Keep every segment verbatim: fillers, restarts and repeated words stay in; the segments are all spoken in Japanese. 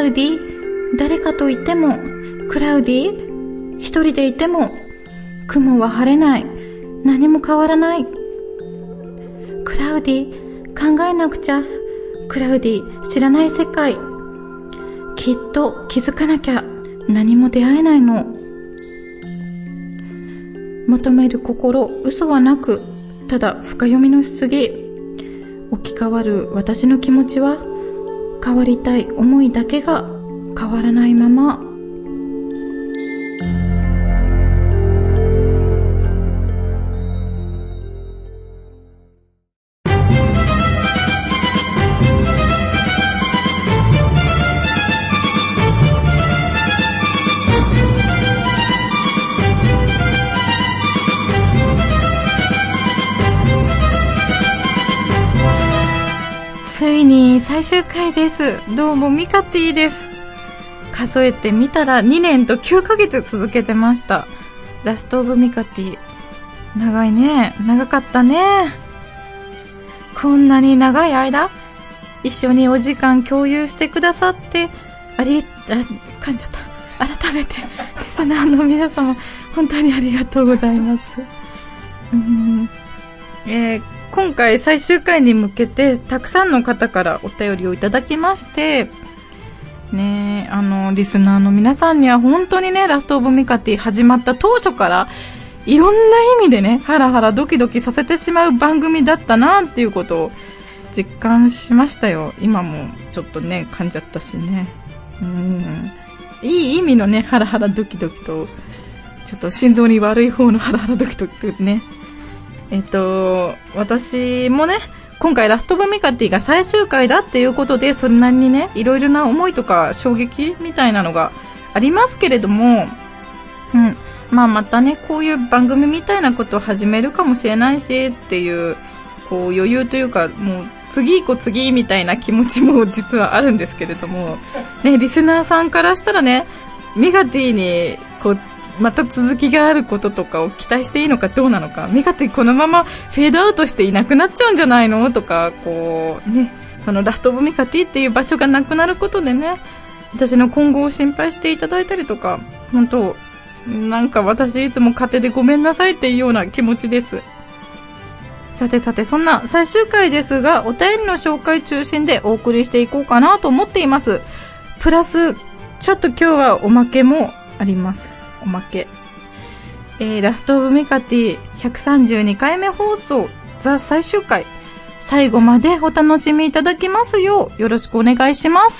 ウディ、誰かといても、クラウディ、一人でいても、雲は晴れない、何も変わらない。クラウディ、考えなくちゃ、クラウディ、知らない世界。きっと気づかなきゃ、何も出会えないの。求める心、嘘はなく、ただ深読みのしすぎ。置き換わる私の気持ちは、変わりたい思いだけが変わらないまま。ついに最終回です。どうもミカティです。数えてみたらにねんときゅうかげつ続けてました。ラストオブミカティ。長いね。長かったね。こんなに長い間、一緒にお時間共有してくださって、あり、あ、噛んじゃった。改めて、リスナーの皆様、本当にありがとうございます。うん、えー今回最終回に向けてたくさんの方からお便りをいただきまして、ねえ、あの、リスナーの皆さんには本当にね、ラストオブミカティ始まった当初からいろんな意味でね、ハラハラドキドキさせてしまう番組だったなっていうことを実感しましたよ。今もちょっとね、噛んじゃったしね。うん。いい意味のね、ハラハラドキドキと、ちょっと心臓に悪い方のハラハラドキドキとね、えっと、私もね、今回ラストオブミカティが最終回だっていうことで、それなりにね、いろいろな思いとか衝撃みたいなのがありますけれども、うん。まあまたね、こういう番組みたいなことを始めるかもしれないしっていう、こう余裕というか、もう次行こう次みたいな気持ちも実はあるんですけれども、ね、リスナーさんからしたらね、ミカティに、こう、また続きがあることとかを期待していいのかどうなのか、ミカティこのままフェードアウトしていなくなっちゃうんじゃないのとか、こうね、そのラストオブミカティっていう場所がなくなることでね、私の今後を心配していただいたりとか、本当なんか私いつも勝手でごめんなさいっていうような気持ちです。さてさて、そんな最終回ですが、お便りの紹介中心でお送りしていこうかなと思っています。プラスちょっと今日はおまけもあります。おまけ、えー、ラストオブミカティひゃくさんじゅうにかいめ放送ザ最終回、最後までお楽しみいただきますようよろしくお願いします。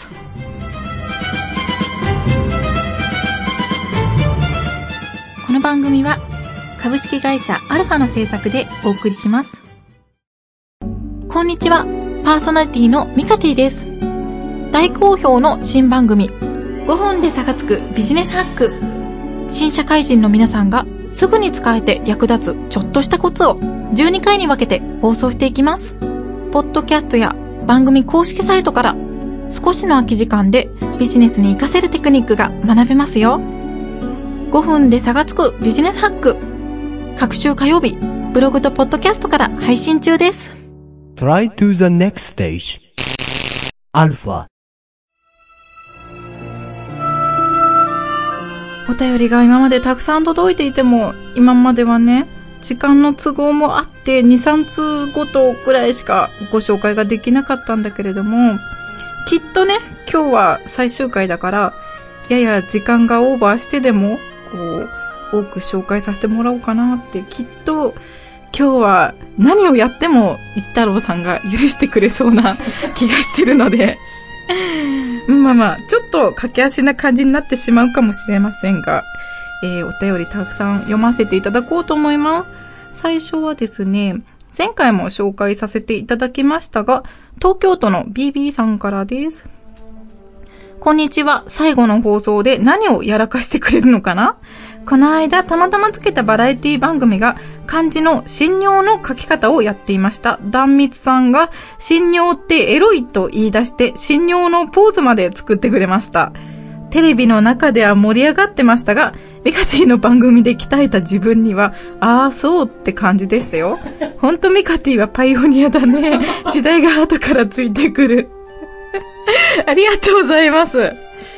この番組は株式会社アルファの制作でお送りします。こんにちは、パーソナリティのミカティです。大好評の新番組ごふんで差がつくビジネスハック。新社会人の皆さんがすぐに使えて役立つちょっとしたコツをじゅうにかいに分けて放送していきます。ポッドキャストや番組公式サイトから少しの空き時間でビジネスに活かせるテクニックが学べますよ。ごふんで差がつくビジネスハック。各週火曜日、ブログとポッドキャストから配信中です。 Try to the next stage. アルファ。 お便りが今までたくさん届いていても、今まではね、時間の都合もあってに、さんつうごとくらいしかご紹介ができなかったんだけれども、きっとね、今日は最終回だから、やや時間がオーバーしてでも、こう、多く紹介させてもらおうかなって、きっと今日は何をやっても一太郎さんが許してくれそうな気がしてるので、まあまあ、ちょっと駆け足な感じになってしまうかもしれませんが、えー、お便りたくさん読ませていただこうと思います。最初はですね、前回も紹介させていただきましたが、東京都の ビービー さんからです。こんにちは。最後の放送で何をやらかしてくれるのかな？この間たまたまつけたバラエティ番組が漢字の神尿の書き方をやっていました。壇蜜さんが神尿ってエロいと言い出して神尿のポーズまで作ってくれました。テレビの中では盛り上がってましたが、ミカティの番組で鍛えた自分には、ああそうって感じでしたよ。ほんとミカティはパイオニアだね。時代が後からついてくる。ありがとうございます。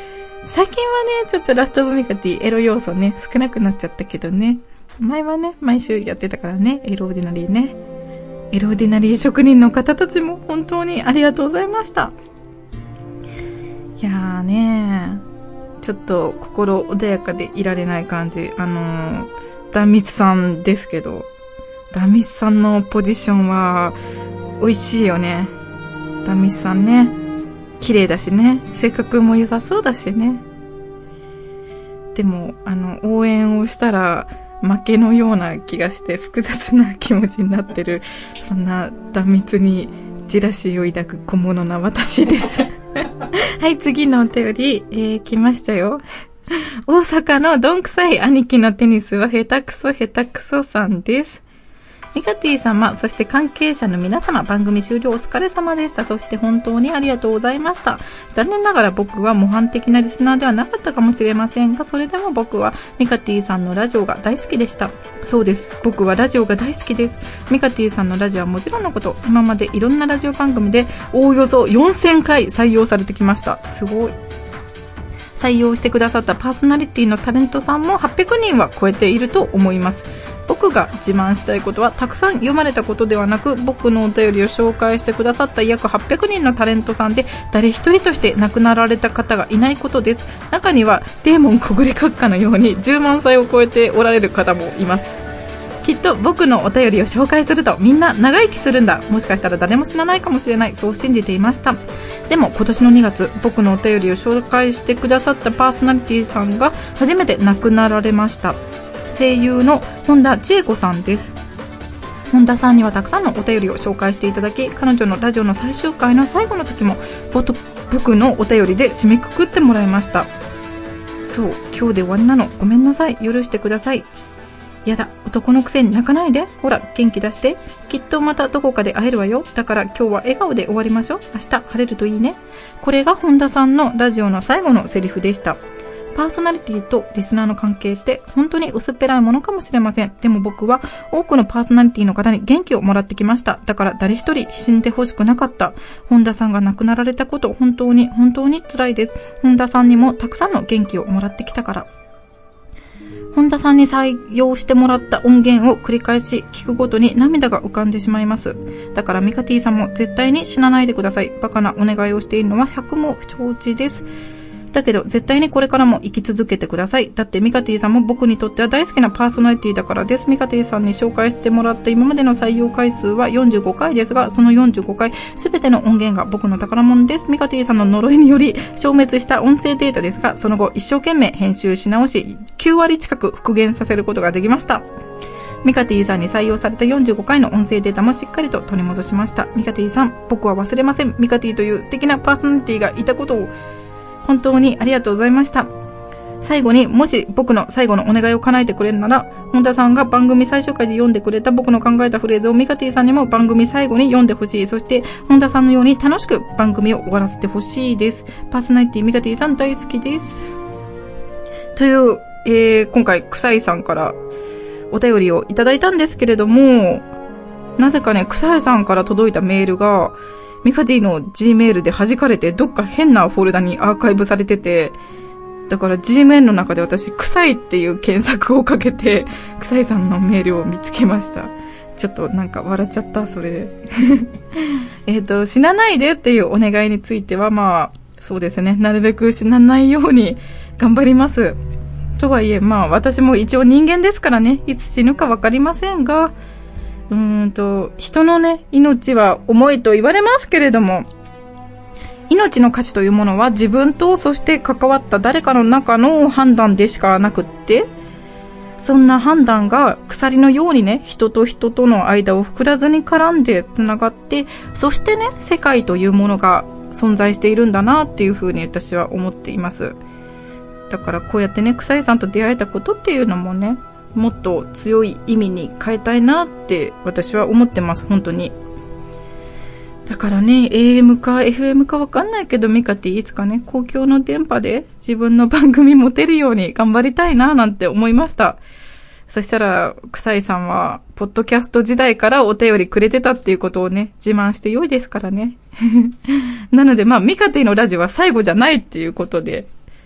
最近はね、ちょっとラストオブミカティエロ要素ね、少なくなっちゃったけどね。前はね、毎週やってたからね、エロオーディナリーね。エロオーディナリー職人の方たちも本当にありがとうございました。いやーねー、ちょっと心穏やかでいられない感じ。あのー、ダンミツさんですけど、ダンミツさんのポジションは美味しいよね。ダンミツさんね、綺麗だしね、性格も良さそうだしね。でも、あの、応援をしたら負けのような気がして複雑な気持ちになってる、そんな断密にジェラシーを抱く小物な私です。はい、次のお便り、えー、来ましたよ。大阪のどんくさい兄貴のテニスは下手くそ下手くそさんです。ミカティ様、そして関係者の皆様、番組終了お疲れ様でした。そして本当にありがとうございました。残念ながら僕は模範的なリスナーではなかったかもしれませんが、それでも僕はミカティさんのラジオが大好きでした。そうです。僕はラジオが大好きです。ミカティさんのラジオはもちろんのこと、今までいろんなラジオ番組でおおよそよんせんかい採用されてきました。すごい。採用してくださったパーソナリティのタレントさんもはっぴゃくにんは超えていると思います。僕が自慢したいことはたくさん読まれたことではなく、僕のお便りを紹介してくださった約はっぴゃくにんのタレントさんで誰一人として亡くなられた方がいないことです。中にはデーモン小暮閣下のようにじゅうまんさいを超えておられる方もいます。きっと僕のお便りを紹介するとみんな長生きするんだ、もしかしたら誰も死なないかもしれない、そう信じていました。でも今年のにがつ、僕のお便りを紹介してくださったパーソナリティさんが初めて亡くなられました。声優の本田千恵子さんです。本田さんにはたくさんのお便りを紹介していただき、彼女のラジオの最終回の最後の時も僕のお便りで締めくくってもらいました。そう、今日で終わりなの、ごめんなさい、許してください。やだ、男のくせに泣かないで、ほら元気出して、きっとまたどこかで会えるわよ。だから今日は笑顔で終わりましょう。明日晴れるといいね。これが本田さんのラジオの最後のセリフでした。パーソナリティとリスナーの関係って本当に薄っぺらいものかもしれません。でも僕は多くのパーソナリティの方に元気をもらってきました。だから誰一人死んでほしくなかった。本田さんが亡くなられたこと、本当に本当に辛いです。本田さんにもたくさんの元気をもらってきたから。本田さんに採用してもらった音源を繰り返し聞くごとに涙が浮かんでしまいます。だからミカティさんも絶対に死なないでください。バカなお願いをしているのはひゃくも承知です。だけど絶対にこれからも生き続けてください。だってミカティさんも僕にとっては大好きなパーソナリティだからです。ミカティさんに紹介してもらった今までの採用回数はよんじゅうごかいですが、そのよんじゅうごかいすべての音源が僕の宝物です。ミカティさんの呪いにより消滅した音声データですが、その後一生懸命編集し直しきゅうわり近く復元させることができました。ミカティさんに採用されたよんじゅうごかいの音声データもしっかりと取り戻しました。ミカティさん、僕は忘れません。ミカティという素敵なパーソナリティがいたことを本当にありがとうございました。最後に、もし僕の最後のお願いを叶えてくれるなら、本田さんが番組最終回で読んでくれた僕の考えたフレーズをミカティさんにも番組最後に読んでほしい。そして本田さんのように楽しく番組を終わらせてほしいです。パーソナリティミカティさん大好きです。という、えー、今回臭いさんからお便りをいただいたんですけれども、なぜかね、臭いさんから届いたメールがミカティの G メールで弾かれてどっか変なフォルダにアーカイブされてて、だから G メールの中で私臭いっていう検索をかけて臭いさんのメールを見つけました。ちょっとなんか笑っちゃった、それでえっと死なないでっていうお願いについては、まあそうですね、なるべく死なないように頑張ります。とはいえ、まあ私も一応人間ですからね、いつ死ぬかわかりませんが、うーんと、人のね、命は重いと言われますけれども、命の価値というものは自分とそして関わった誰かの中の判断でしかなくって、そんな判断が鎖のようにね、人と人との間を膨らずに絡んでつながって、そしてね、世界というものが存在しているんだなっていうふうに私は思っています。だからこうやってね、臭いさんと出会えたことっていうのもね、もっと強い意味に変えたいなって私は思ってます、本当に。だからね、エーエム か エフエム かわかんないけど、ミカティいつかね、公共の電波で自分の番組持てるように頑張りたいななんて思いました。そしたら、臭いさんは、ポッドキャスト時代からお便りくれてたっていうことをね、自慢して良いですからね。なので、まあ、ミカティのラジオは最後じゃないっていうことで、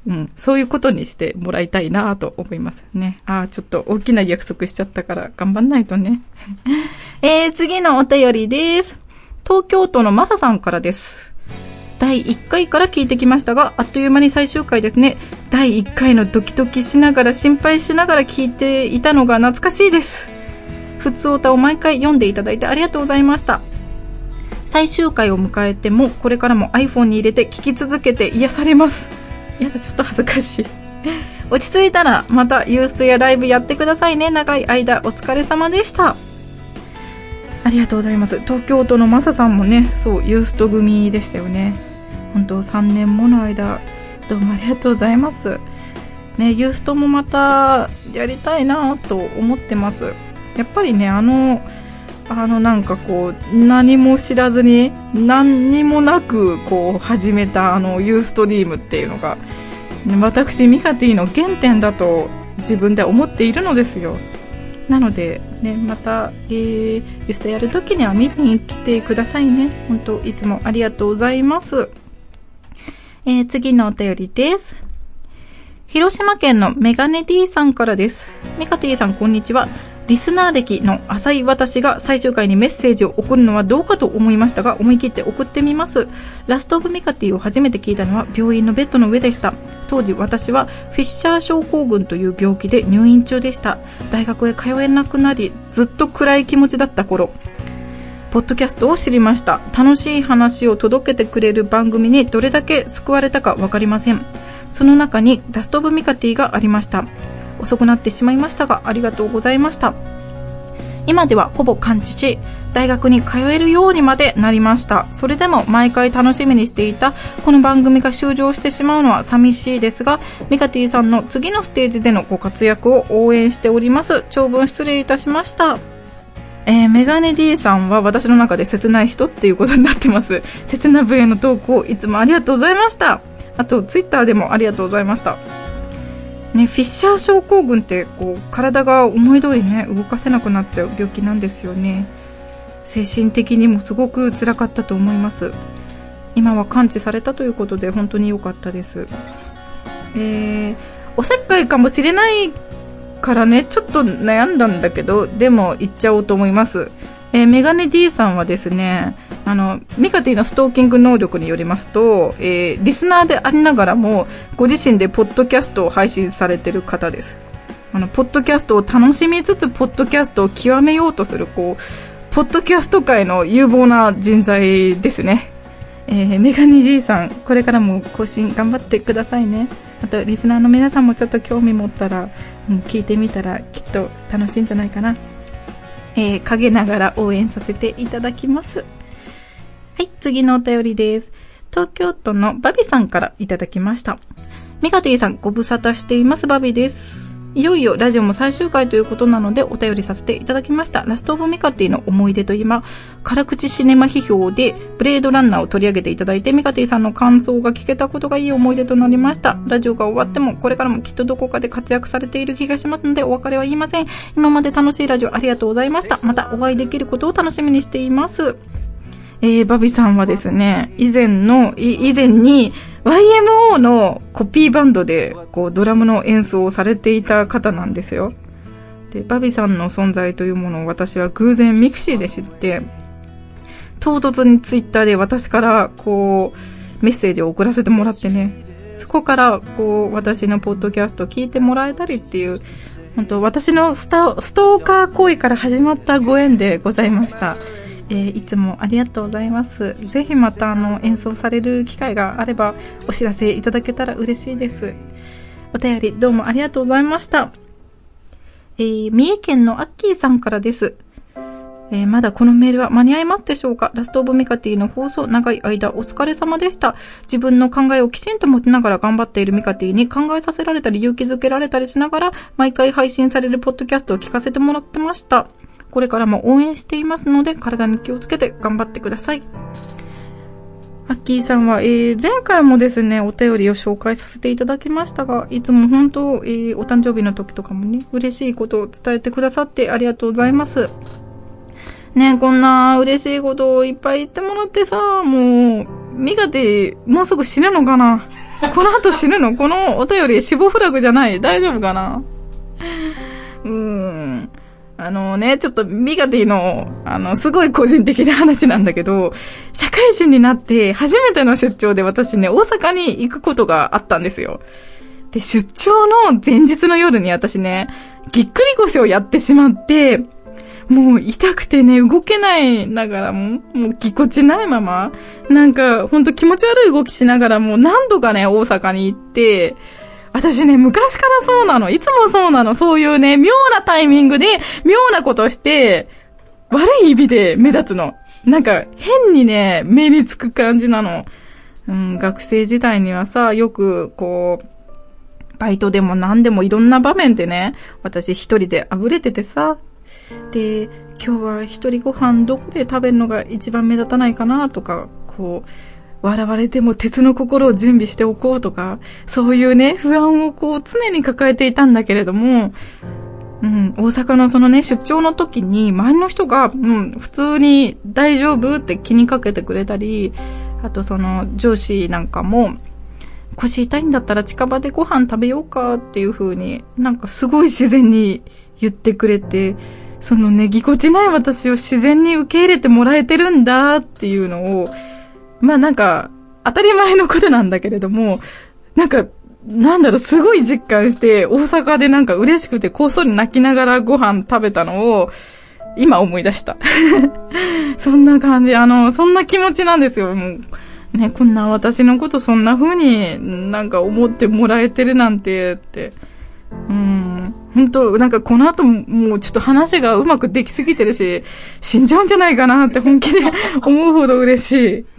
うん、そういうことにしてもらいたいなと思いますね。ああ、ちょっと大きな約束しちゃったから頑張んないとね。えー、次のお便りです。東京都のまささんからです。だいいっかいから聞いてきましたが、あっという間に最終回ですね。だいいっかいのドキドキしながら心配しながら聞いていたのが懐かしいです。ふつおたを毎回読んでいただいてありがとうございました。最終回を迎えてもこれからも iPhone に入れて聞き続けて癒されます。やだ、ちょっと恥ずかしい。落ち着いたらまたユーストやライブやってくださいね。長い間お疲れ様でした。ありがとうございます。東京都のマサさんもね、そうユースト組でしたよね。本当さんねんもの間どうもありがとうございますね。ユーストもまたやりたいなと思ってます。やっぱりね、あのあのなんかこう何も知らずに何にもなくこう始めたあのユーストリームっていうのが、ね、私ミカティの原点だと自分で思っているのですよ。なのでね、また、えー、ユーストやるときには見に来てくださいね。本当いつもありがとうございます。えー、次のお便りです。広島県のメガネ D さんからです。ミカティさんこんにちは。リスナー歴の浅い私が最終回にメッセージを送るのはどうかと思いましたが、思い切って送ってみます。ラストオブミカティを初めて聞いたのは病院のベッドの上でした。当時私はフィッシャー症候群という病気で入院中でした。大学へ通えなくなりずっと暗い気持ちだった頃、ポッドキャストを知りました。楽しい話を届けてくれる番組にどれだけ救われたかわかりません。その中にラストオブミカティがありました。遅くなってしまいましたがありがとうございました。今ではほぼ完治し、大学に通えるようにまでなりました。それでも毎回楽しみにしていたこの番組が終了してしまうのは寂しいですが、ミカティさんの次のステージでのご活躍を応援しております。長文失礼いたしました。えー、メガネ D さんは私の中で切ない人っていうことになってます。切な部への投稿いつもありがとうございました。あとツイッターでもありがとうございましたね。フィッシャー症候群ってこう体が思い通りね動かせなくなっちゃう病気なんですよね。精神的にもすごく辛かったと思います。今は完治されたということで本当に良かったです。えー、おせっかいかもしれないからね、ちょっと悩んだんだけど、でも言っちゃおうと思います。えー、メガネ D さんはですね、あのミカティのストーキング能力によりますと、えー、リスナーでありながらもご自身でポッドキャストを配信されている方です。あのポッドキャストを楽しみつつポッドキャストを極めようとするこうポッドキャスト界の有望な人材ですね。えー、メガネ D さんこれからも更新頑張ってくださいね。あとリスナーの皆さんもちょっと興味持ったら、うん、聞いてみたらきっと楽しいんじゃないかな。えー、陰ながら応援させていただきます。はい、次のお便りです。東京都のバビさんからいただきました。ミカティさんご無沙汰しています。バビです。いよいよラジオも最終回ということなのでお便りさせていただきました。ラストオブミカティの思い出と今辛口シネマ批評でブレードランナーを取り上げていただいて、ミカティさんの感想が聞けたことがいい思い出となりました。ラジオが終わってもこれからもきっとどこかで活躍されている気がしますのでお別れは言いません。今まで楽しいラジオありがとうございました。またお会いできることを楽しみにしています。えー、バビさんはですね、以前の以前に ワイエムオー のコピーバンドでこうドラムの演奏をされていた方なんですよ。で、バビさんの存在というものを私は偶然ミクシーで知って、唐突にツイッターで私からこうメッセージを送らせてもらってね、そこからこう私のポッドキャストを聞いてもらえたりっていう、本当私のスタストーカー行為から始まったご縁でございました。えー、いつもありがとうございます。ぜひまたあの演奏される機会があればお知らせいただけたら嬉しいです。お便りどうもありがとうございました。えー、三重県のアッキーさんからです。えー、まだこのメールは間に合いますでしょうか。ラストオブミカティの放送長い間お疲れ様でした。自分の考えをきちんと持ちながら頑張っているミカティに考えさせられたり勇気づけられたりしながら毎回配信されるポッドキャストを聞かせてもらってました。これからも応援していますので体に気をつけて頑張ってください。アッキーさんは、えー、前回もですねお便りを紹介させていただきましたが、いつも本当、えー、お誕生日の時とかもね嬉しいことを伝えてくださってありがとうございます。ね、こんな嬉しいことをいっぱい言ってもらってさ、もうミカティもうすぐ死ぬのかなこの後死ぬの？このお便り死亡フラグじゃない？大丈夫かな？うーん。あのね、ちょっとミカティの、あの、すごい個人的な話なんだけど、社会人になって初めての出張で私ね、大阪に行くことがあったんですよ。で、出張の前日の夜に私ね、ぎっくり腰をやってしまって、もう痛くてね、動けないながらも、もうぎこちないまま、なんかほんと気持ち悪い動きしながらも何度かね、大阪に行って、私ね、昔からそうなの。いつもそうなの。そういうね、妙なタイミングで、妙なことして、悪い意味で目立つの。なんか、変にね、目につく感じなの。うん、学生時代にはさ、よく、こう、バイトでも何でもいろんな場面でね、私一人であぶれててさ、で、今日は一人ご飯どこで食べるのが一番目立たないかなとか、こう、笑われても鉄の心を準備しておこうとか、そういうね、不安をこう常に抱えていたんだけれども、うん、大阪のそのね、出張の時に周りの人が、うん、普通に大丈夫って気にかけてくれたり、あとその上司なんかも、腰痛いんだったら近場でご飯食べようかっていう風に、なんかすごい自然に言ってくれて、そのね、ぎこちない私を自然に受け入れてもらえてるんだっていうのを、まあなんか、当たり前のことなんだけれども、なんか、なんだろう、すごい実感して、大阪でなんか嬉しくてこっそり泣きながらご飯食べたのを、今思い出した。そんな感じ、あの、そんな気持ちなんですよ。もう、ね、こんな私のことそんな風になんか思ってもらえてるなんて、って。うん。本当なんかこの後もうちょっと話がうまくできすぎてるし、死んじゃうんじゃないかなって本気で思うほど嬉しい。うん。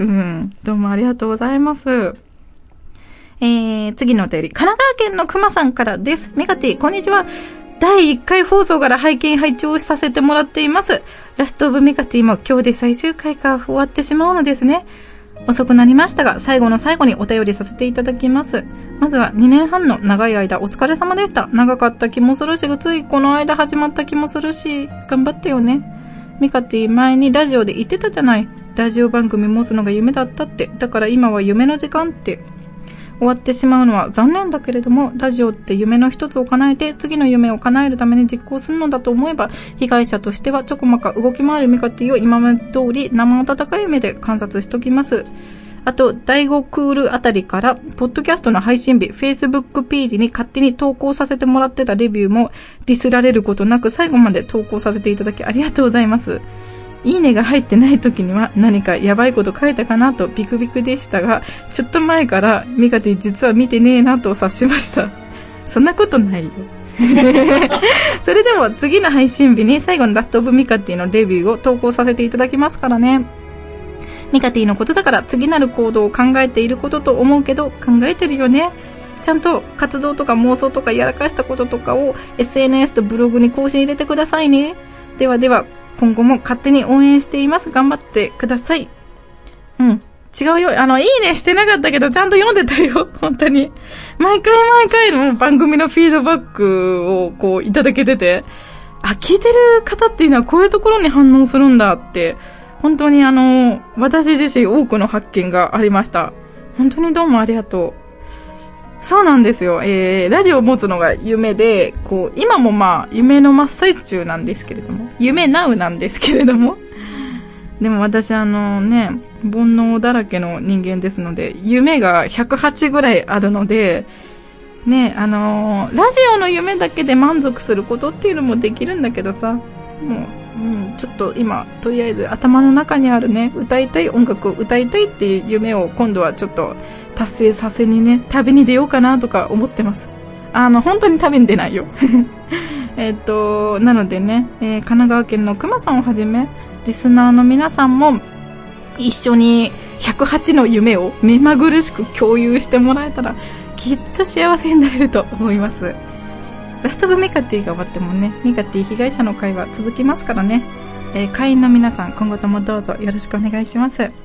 どうもありがとうございます。えー、次のお便り。神奈川県の熊さんからです。ミカティ、こんにちは。だいいっかい放送から拝見拝聴させてもらっています。ラストオブミカティも今日で最終回が終わってしまうのですね。遅くなりましたが、最後の最後にお便りさせていただきます。まずはにねんはんの長い間お疲れ様でした。長かった気もするし、ついこの間始まった気もするし、頑張ってよね。ミカティ前にラジオで言ってたじゃない。ラジオ番組持つのが夢だったって。だから今は夢の時間って。終わってしまうのは残念だけれども、ラジオって夢の一つを叶えて次の夢を叶えるために実行するのだと思えば、被害者としてはちょこまか動き回るミカティを今まで通り生温かい目で観察しときます。あと、だいごクールあたりから、ポッドキャストの配信日、Facebook ページに勝手に投稿させてもらってたレビューもディスられることなく最後まで投稿させていただきありがとうございます。いいねが入ってない時には何かやばいこと書いたかなとビクビクでしたが、ちょっと前からミカティ実は見てねえなと察しました。そんなことないよ。それでも次の配信日に最後のラストオブミカティのレビューを投稿させていただきますからね。ミカティのことだから次なる行動を考えていることと思うけど、考えてるよね。ちゃんと活動とか妄想とかやらかしたこととかを エスエヌエス とブログに更新入れてくださいね。ではでは、今後も勝手に応援しています。頑張ってください。うん。違うよ。あの、いいねしてなかったけど、ちゃんと読んでたよ。本当に。毎回毎回の番組のフィードバックをこういただけてて、あ、聞いてる方っていうのはこういうところに反応するんだって、本当にあの、私自身多くの発見がありました。本当にどうもありがとう。そうなんですよ。えー、ラジオを持つのが夢で、こう、今もまあ、夢の真っ最中なんですけれども、夢なうなんですけれども、でも私あのね、煩悩だらけの人間ですので、夢がひゃくはちぐらいあるので、ね、あのー、ラジオの夢だけで満足することっていうのもできるんだけどさ、もう、うん、ちょっと今、とりあえず頭の中にあるね、歌いたい音楽を歌いたいっていう夢を今度はちょっと達成させにね、旅に出ようかなとか思ってます。あの、本当に旅に出ないよ。えっと、なのでね、えー、神奈川県の熊さんをはじめ、リスナーの皆さんも一緒にひゃくはちの夢を目まぐるしく共有してもらえたらきっと幸せになれると思います。ラストオブミカティが終わってもね、ミカティ被害者の会は続きますからね、えー、会員の皆さん今後ともどうぞよろしくお願いします。はい、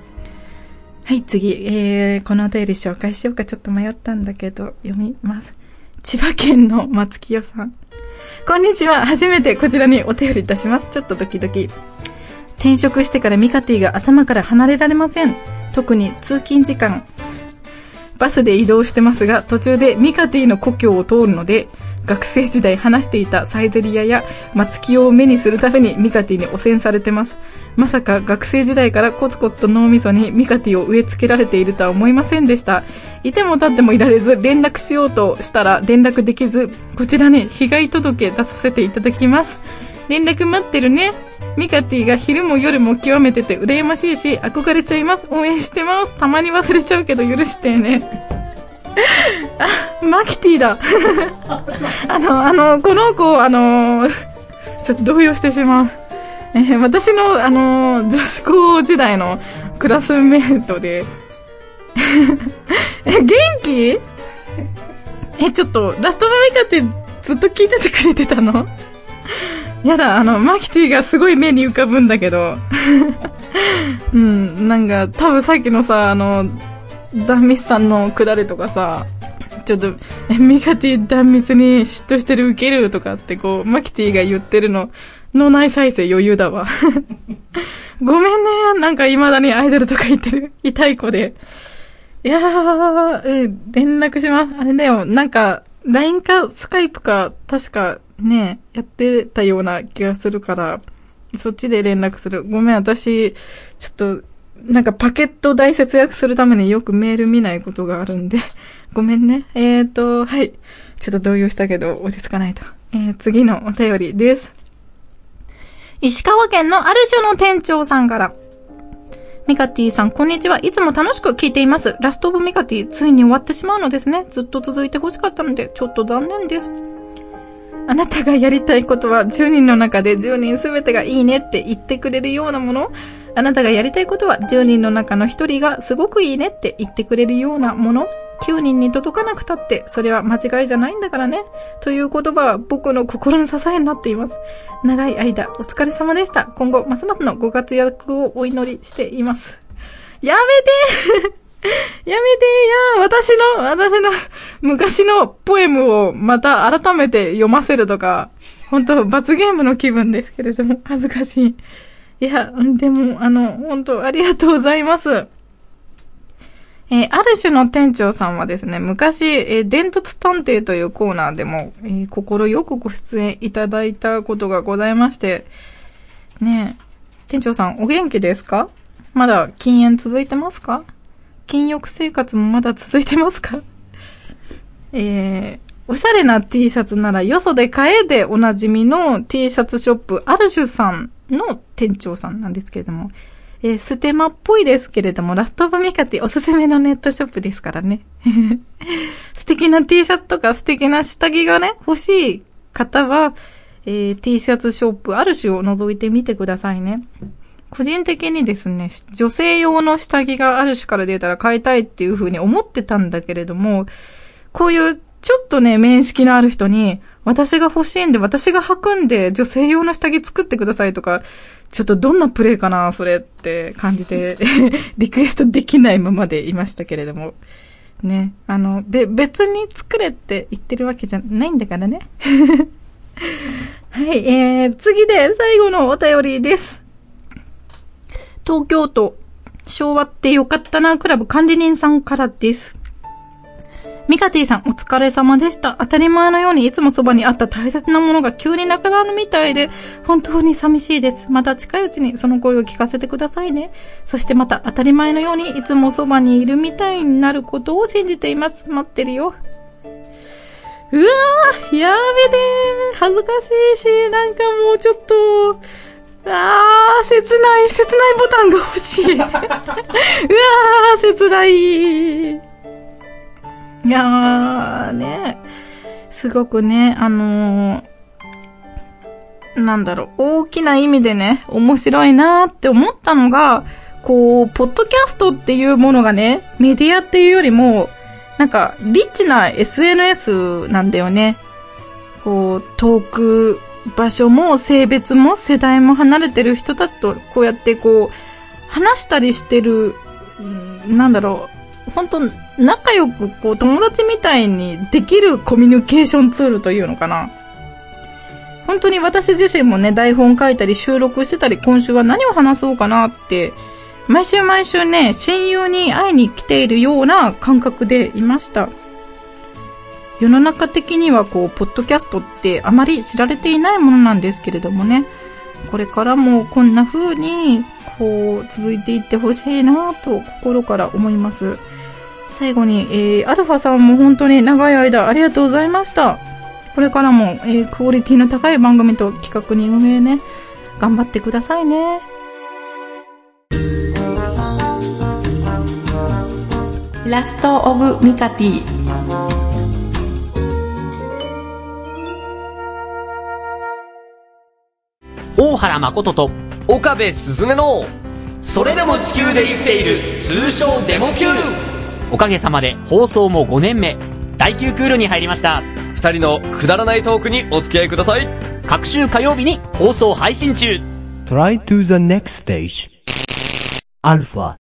次、えー、このお便り紹介しようかちょっと迷ったんだけど読みます。千葉県の松清さん、こんにちは。初めてこちらにお便りいたします。ちょっとドキドキ。転職してからミカティが頭から離れられません。特に通勤時間。 バスで移動してますが、途中でミカティの故郷を通るので、学生時代話していたサイゼリヤや松木を目にするたびにミカティに汚染されてます。まさか学生時代からコツコツと脳みそにミカティを植え付けられているとは思いませんでした。いても立ってもいられず連絡しようとしたら連絡できず、こちらに被害届出させていただきます。連絡待ってるね。ミカティが昼も夜も極めてて羨ましいし憧れちゃいます。応援してます。たまに忘れちゃうけど許してね。あ、マキティだ。あの、あの、この子、あの、ちょっと動揺してしまう。えー、私の、あの、女子高時代のクラスメートで。え、元気？え、ちょっと、ラストバミカティずっと聞いててくれてたの？やだ、あの、マキティがすごい目に浮かぶんだけど。うん、なんか、多分さっきのさ、あの、断蜜さんのくだりとかさ、ちょっと、え、ミカティ断蜜に嫉妬してるウケるとかってこう、マキティが言ってるの、脳内再生余裕だわ。ごめんね、なんか未だにアイドルとか言ってる、痛い子で。いやー、え、連絡します。あれだよ、なんか、ライン かスカイプか、確かね、やってたような気がするから、そっちで連絡する。ごめん、私、ちょっと、なんかパケット代節約するためによくメール見ないことがあるんで、ごめんね。えーと、はい。ちょっと動揺したけど、落ち着かないと。えー、次のお便りです。石川県のある種の店長さんから。ミカティさん、こんにちは。いつも楽しく聞いています。ラストオブミカティ、ついに終わってしまうのですね。ずっと続いてほしかったので、ちょっと残念です。あなたがやりたいことは、じゅうにんの中でじゅうにんすべてがいいねって言ってくれるようなもの？あなたがやりたいことはじゅうにんの中のひとりがすごくいいねって言ってくれるようなもの？きゅうにんに届かなくたってそれは間違いじゃないんだからね。という言葉は僕の心の支えになっています。長い間お疲れ様でした。今後ますますのご活躍をお祈りしています。やめてやめてや私の、私の昔のポエムをまた改めて読ませるとか、本当罰ゲームの気分ですけれども、恥ずかしい。いや、でも、あの、本当ありがとうございます。えー、ある種の店長さんはですね、昔、えー、伝突探偵というコーナーでも、えー、心よくご出演いただいたことがございまして、ねえ、店長さんお元気ですか？まだ禁煙続いてますか？禁欲生活もまだ続いてますか？えー、おしゃれな T シャツならよそで買えでおなじみの T シャツショップある種さんの店長さんなんですけれども、えー、ステマっぽいですけれども、ラストオブミカティおすすめのネットショップですからね。素敵な T シャツとか素敵な下着がね、欲しい方は、えー、T シャツショップある種を覗いてみてくださいね。個人的にですね、女性用の下着がある種から出たら買いたいっていう風に思ってたんだけれども、こういうちょっとね、面識のある人に、私が欲しいんで、私が履くんで、女性用の下着作ってくださいとか、ちょっとどんなプレイかな、それって感じで、リクエストできないままでいましたけれども。ね、あの、べ、別に作れって言ってるわけじゃないんだからね。はい、えー、次で最後のお便りです。東京都、昭和ってよかったなクラブ管理人さんからです。ミカティさんお疲れ様でした。当たり前のようにいつもそばにあった大切なものが急になくなるみたいで本当に寂しいです。また近いうちにその声を聞かせてくださいね。そしてまた当たり前のようにいつもそばにいるみたいになることを信じています。待ってるよ。うわー、やめてー。恥ずかしいし、なんかもうちょっとあー、切ない、切ないボタンが欲しい。うわー、切ない。いやー、ね。すごくね、あのー、なんだろう、大きな意味でね、面白いなーって思ったのが、こう、ポッドキャストっていうものがね、メディアっていうよりも、なんか、リッチな エスエヌエス なんだよね。こう、トーク、場所も性別も世代も離れてる人たちとこうやってこう話したりしてる、なんだろう、本当仲良くこう友達みたいにできるコミュニケーションツールというのかな。本当に私自身もね、台本書いたり収録してたり、今週は何を話そうかなって毎週毎週ね、親友に会いに来ているような感覚でいました。世の中的にはこう、ポッドキャストってあまり知られていないものなんですけれどもね、これからもこんな風にこう続いていってほしいなと心から思います。最後に、えー、アルファさんも本当に長い間ありがとうございました。これからも、えー、クオリティの高い番組と企画に運営ね、頑張ってくださいね。ラストオブミカティ。 大原誠と岡部すずめのそれでも地球で生きている通称デモ級。 おかげさまで放送もごねんめ、だいきゅうクールに入りました。 二人のくだらないトークにお付き合いください。 各週火曜日に放送配信中。 Try to the next stage. アルファ。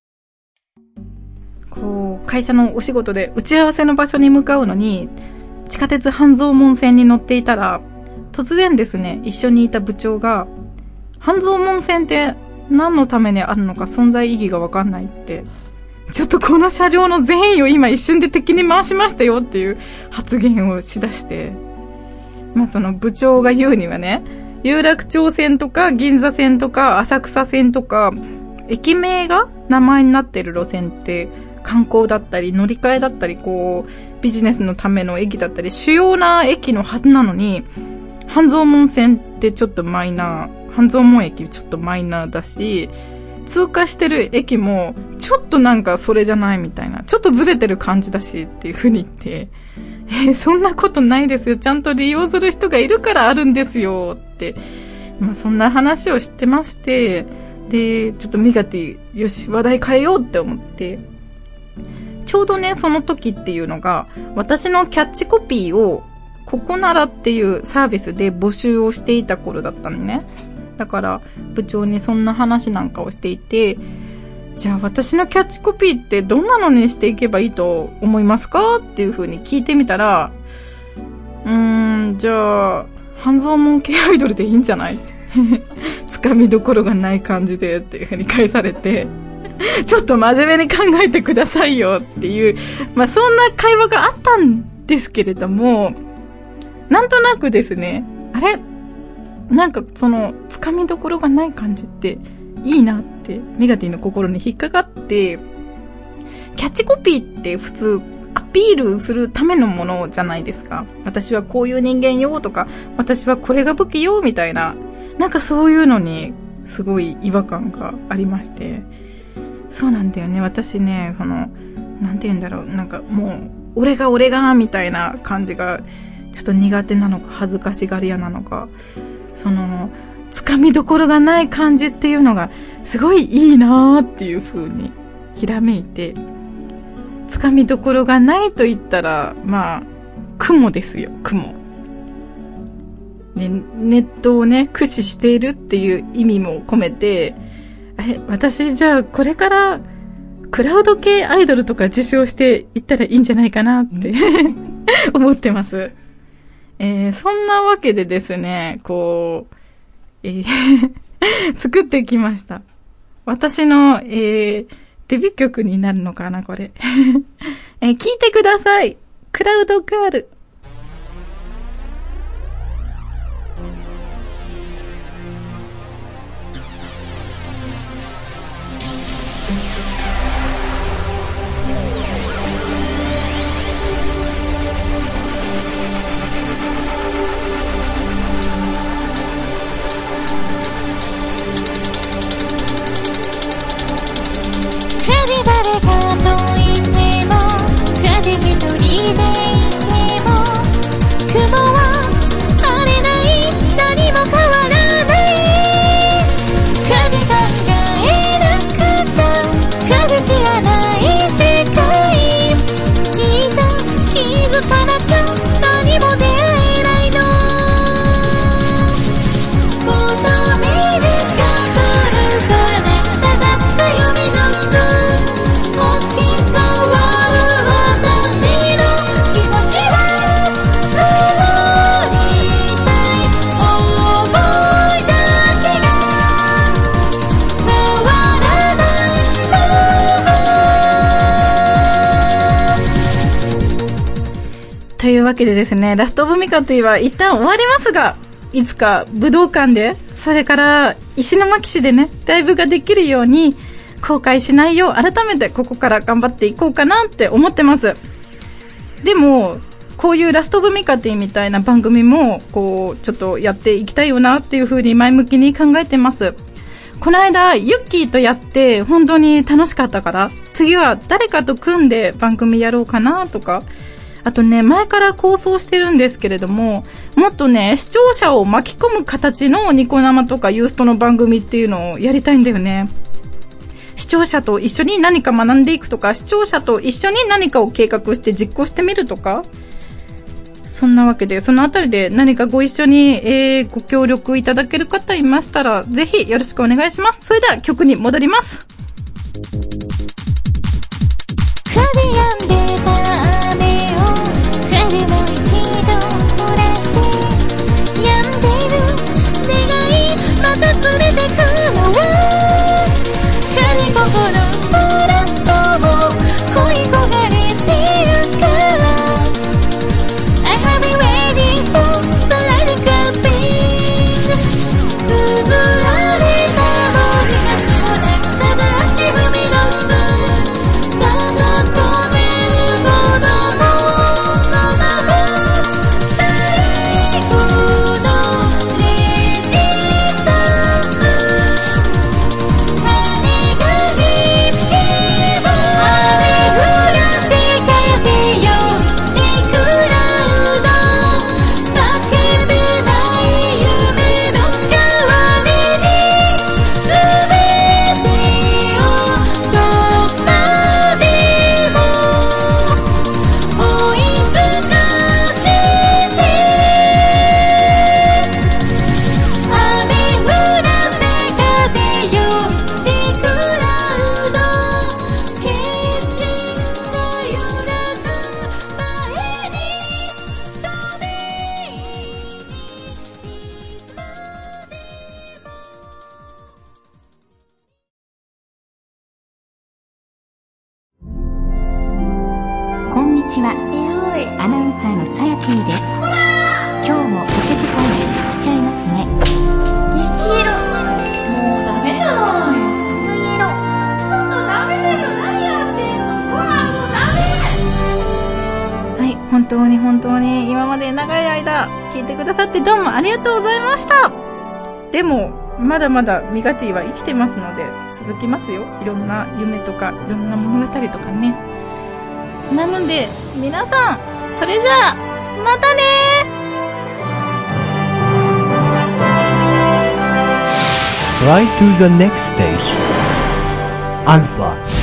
こう会社のお仕事で打ち合わせの場所に向かうのに地下鉄半蔵門線に乗っていたら、突然ですね、一緒にいた部長が、半蔵門線って何のためにあるのか存在意義がわかんないって、ちょっとこの車両の善意を今一瞬で敵に回しましたよっていう発言をしだして、まあその部長が言うにはね、有楽町線とか銀座線とか浅草線とか駅名が名前になってる路線って観光だったり乗り換えだったりこうビジネスのための駅だったり主要な駅のはずなのに、半蔵門線ってちょっとマイナー、半蔵門駅ちょっとマイナーだし、通過してる駅もちょっとなんかそれじゃないみたいな、ちょっとずれてる感じだしっていう風に言って、えー、そんなことないですよ、ちゃんと利用する人がいるからあるんですよって、まあそんな話をしてまして、でちょっとミガティ、よし話題変えようって思って、ちょうどねその時っていうのが私のキャッチコピーをここならっていうサービスで募集をしていた頃だったのね。だから部長にそんな話なんかをしていて、じゃあ私のキャッチコピーってどんなのにしていけばいいと思いますかっていう風に聞いてみたら、うーんじゃあ半蔵門系アイドルでいいんじゃないつかみどころがない感じでっていう風に返されて、ちょっと真面目に考えてくださいよっていう、まあそんな会話があったんですけれども、なんとなくですね、あれなんかそのつかみどころがない感じっていいなってミガティの心に引っかかって、キャッチコピーって普通アピールするためのものじゃないですか。私はこういう人間よとか、私はこれが武器よみたいな、なんかそういうのにすごい違和感がありまして、そうなんだよね。私ね、このなんて言うんだろう、なんかもう俺が俺がみたいな感じがちょっと苦手なのか恥ずかしがり屋なのか、そのつかみどころがない感じっていうのがすごいいいなーっていう風にひらめいて、つかみどころがないと言ったらまあ雲ですよ、雲、ね、ネットをね駆使しているっていう意味も込めて、あれ私じゃあこれからクラウド系アイドルとか受賞していったらいいんじゃないかなって思ってます。えー、そんなわけでですね、こう、えー、作ってきました。私の、えー、デビュー曲になるのかな、これ。えー、聞いてください。クラウドガール。 誰かといても風一人でいてもというわけでですね、ラストオブミカティは一旦終わりますが、いつか武道館で、それから石巻市でね、ライブができるように、後悔しないよう改めてここから頑張っていこうかなって思ってます。でも、こういうラストオブミカティみたいな番組も、こう、ちょっとやっていきたいよなっていう風に前向きに考えてます。この間、ユッキーとやって本当に楽しかったから、次は誰かと組んで番組やろうかなとか、あとね、前から構想してるんですけれども、もっとね、視聴者を巻き込む形のニコ生とかユーストの番組っていうのをやりたいんだよね。視聴者と一緒に何か学んでいくとか、視聴者と一緒に何かを計画して実行してみるとか、そんなわけで、そのあたりで何かご一緒に、えー、ご協力いただける方いましたら、ぜひよろしくお願いします。それでは曲に戻ります。 降り止んでた雨を風も一度濡らして止んでいる願いまた連れてくのは仮心もラストを恋焦がれてるから I have been waiting for the radical thing 綴られた森がつながった足踏みのこんにちは。アナウンサーのさやてぃです。今日もお手こいしちゃいますね。 雪色もうダメじゃない。茶色ちょっとダメでしょ。何やってんの。ほらもうダメ。 はい、本当に本当に今まで長い間聞いてくださってどうもありがとうございました。でもまだまだミガティは生きてますので続きますよ。いろんな夢とかいろんな物語とかね。なので皆さん、それじゃあまたねー。 Try to the next stage. Alpha.